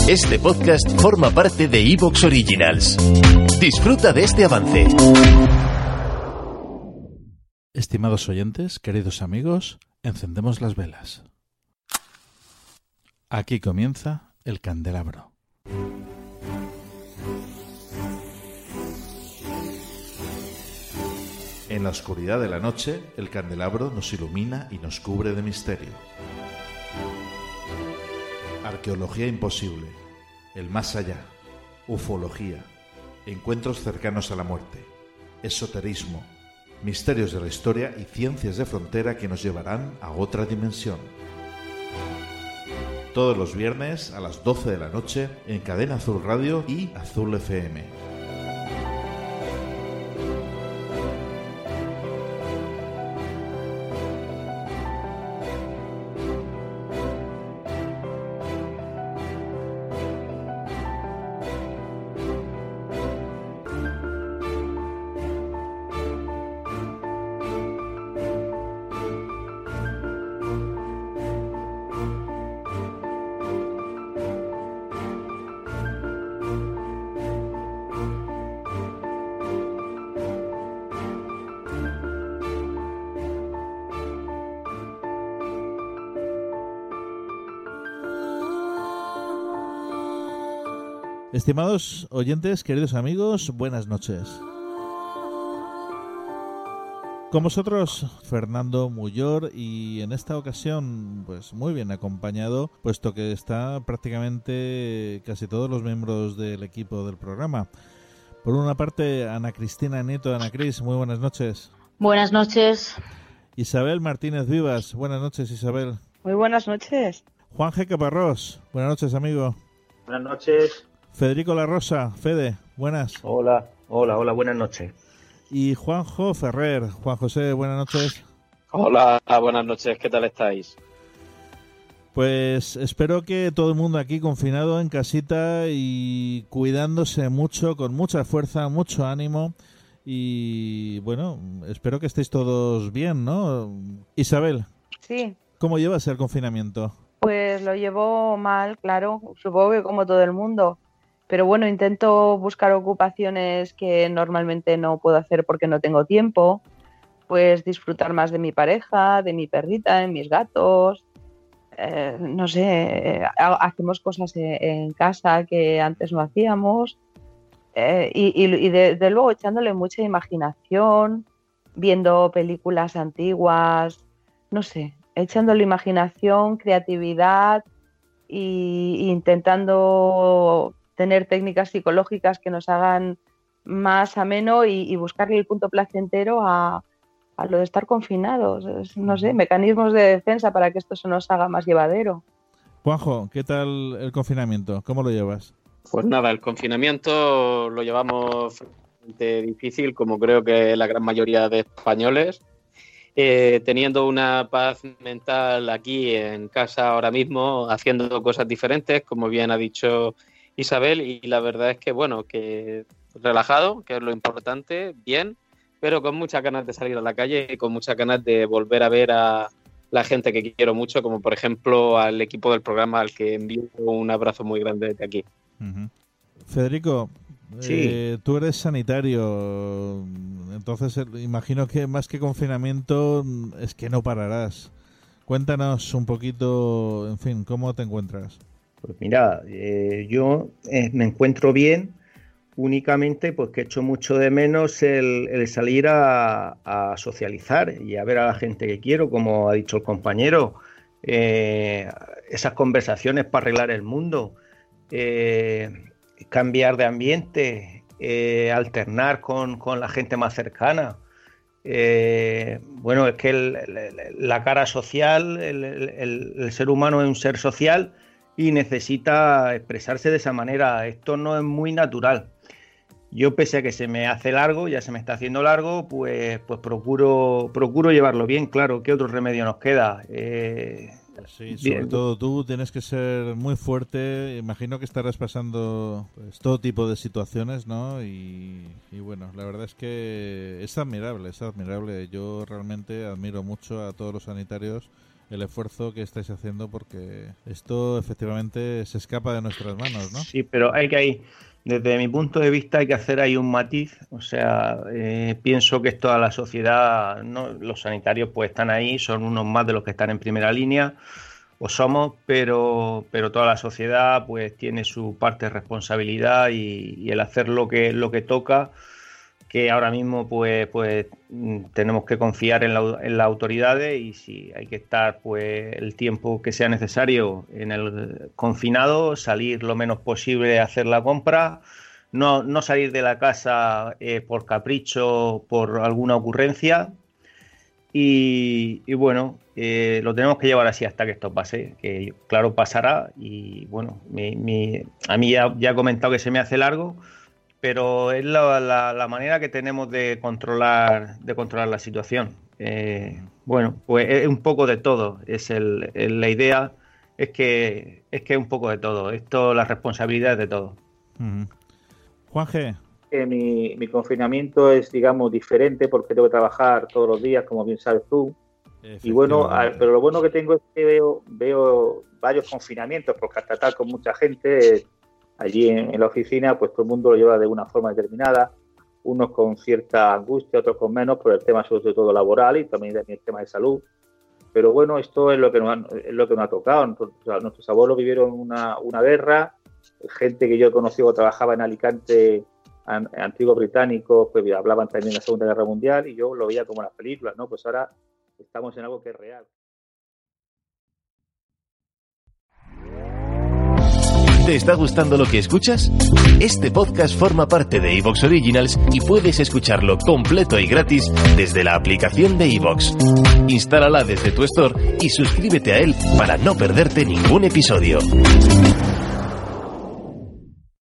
Este podcast forma parte de iVoox Originals. Disfruta de este avance. Estimados oyentes, queridos amigos, encendemos las velas. Aquí comienza el candelabro. En la oscuridad de la noche, el candelabro nos ilumina y nos cubre de misterio. Arqueología imposible, el más allá, ufología, encuentros cercanos a la muerte, esoterismo, misterios de la historia y ciencias de frontera que nos llevarán a otra dimensión. Todos los viernes a las 12 de la noche en Cadena Azul Radio y Azul FM. Estimados oyentes, queridos amigos, buenas noches. Con vosotros, Fernando Muyor, y en esta ocasión, pues muy bien acompañado, puesto que está prácticamente casi todos los miembros del equipo del programa. Por una parte, Ana Cristina Nieto. Ana Cris, muy buenas noches. Buenas noches. Isabel Martínez Vivas, buenas noches, Isabel. Muy buenas noches. Juan G. Caparrós, buenas noches, amigo. Buenas noches. Federico La Rosa, Fede, buenas. Hola, buenas noches. Y Juanjo Ferrer. Juan José, buenas noches. Hola, buenas noches, ¿qué tal estáis? Pues espero que todo el mundo aquí confinado en casita y cuidándose mucho, con mucha fuerza, mucho ánimo. Y bueno, espero que estéis todos bien, ¿no? Isabel. Sí. ¿Cómo llevas el confinamiento? Pues lo llevo mal, claro, supongo que como todo el mundo. Pero bueno, intento buscar ocupaciones que normalmente no puedo hacer porque no tengo tiempo. Pues disfrutar más de mi pareja, de mi perrita, de mis gatos. No sé, hacemos cosas en casa que antes no hacíamos. Y de luego echándole mucha imaginación, viendo películas antiguas, no sé, echándole imaginación, creatividad e intentando tener técnicas psicológicas que nos hagan más ameno y buscarle el punto placentero a lo de estar confinados. No sé, mecanismos de defensa para que esto se nos haga más llevadero. Juanjo, ¿qué tal el confinamiento? ¿Cómo lo llevas? Pues nada, el confinamiento lo llevamos bastante difícil, como creo que la gran mayoría de españoles. Teniendo una paz mental aquí en casa ahora mismo, haciendo cosas diferentes, como bien ha dicho Isabel, y la verdad es que, bueno, que relajado, que es lo importante, bien, pero con muchas ganas de salir a la calle y con muchas ganas de volver a ver a la gente que quiero mucho, como por ejemplo al equipo del programa, al que envío un abrazo muy grande desde aquí. Uh-huh. Federico, sí. Tú eres sanitario, entonces imagino que más que confinamiento es que no pararás. Cuéntanos un poquito, en fin, ¿cómo te encuentras? Pues mira, yo me encuentro bien, únicamente pues que echo mucho de menos el salir a socializar y a ver a la gente que quiero, como ha dicho el compañero, esas conversaciones para arreglar el mundo, cambiar de ambiente, alternar con la gente más cercana. Bueno, es que la cara social, el ser humano es un ser social y necesita expresarse de esa manera. Esto no es muy natural. Yo, pese a que se me hace largo, ya se me está haciendo largo, pues procuro llevarlo bien. Claro, ¿qué otro remedio nos queda? Sí, sobre todo tú tienes que ser muy fuerte. Imagino que estarás pasando pues, todo tipo de situaciones, ¿no? Y bueno, la verdad es que es admirable, es admirable. Yo realmente admiro mucho a todos los sanitarios el esfuerzo que estáis haciendo, porque esto efectivamente se escapa de nuestras manos, ¿no? Sí, pero desde mi punto de vista hay que hacer ahí un matiz. O sea, pienso que toda la sociedad, ¿no? Los sanitarios pues están ahí, son unos más de los que están en primera línea, o somos, pero toda la sociedad pues tiene su parte de responsabilidad y el hacer lo que toca, que ahora mismo pues tenemos que confiar en las autoridades, y si hay que estar pues el tiempo que sea necesario en el confinado, salir lo menos posible a hacer la compra, no salir de la casa por capricho, por alguna ocurrencia, y bueno, lo tenemos que llevar así hasta que esto pase, que claro pasará, y bueno, a mí ya he comentado que se me hace largo, pero es la manera que tenemos de controlar la situación. Bueno, pues es un poco de todo. La idea es que es un poco de todo. La responsabilidad es de todo. Uh-huh. Juan G. Mi confinamiento es, digamos, diferente porque tengo que trabajar todos los días, como bien sabes tú. Y bueno, pero lo bueno que tengo es que veo varios confinamientos, porque hasta tratar con mucha gente. Allí en la oficina, pues todo el mundo lo lleva de una forma determinada, unos con cierta angustia, otros con menos, por el tema sobre todo laboral y también el tema de salud. Pero bueno, esto es lo que nos ha tocado. Nuestros abuelos vivieron una guerra, gente que yo he conocido que trabajaba en Alicante, antiguos británicos, pues hablaban también de la Segunda Guerra Mundial, y yo lo veía como en las películas, ¿no? Pues ahora estamos en algo que es real. ¿Te está gustando lo que escuchas? Este podcast forma parte de iVoox Originals y puedes escucharlo completo y gratis desde la aplicación de iVoox. Instálala desde tu store y suscríbete a él para no perderte ningún episodio.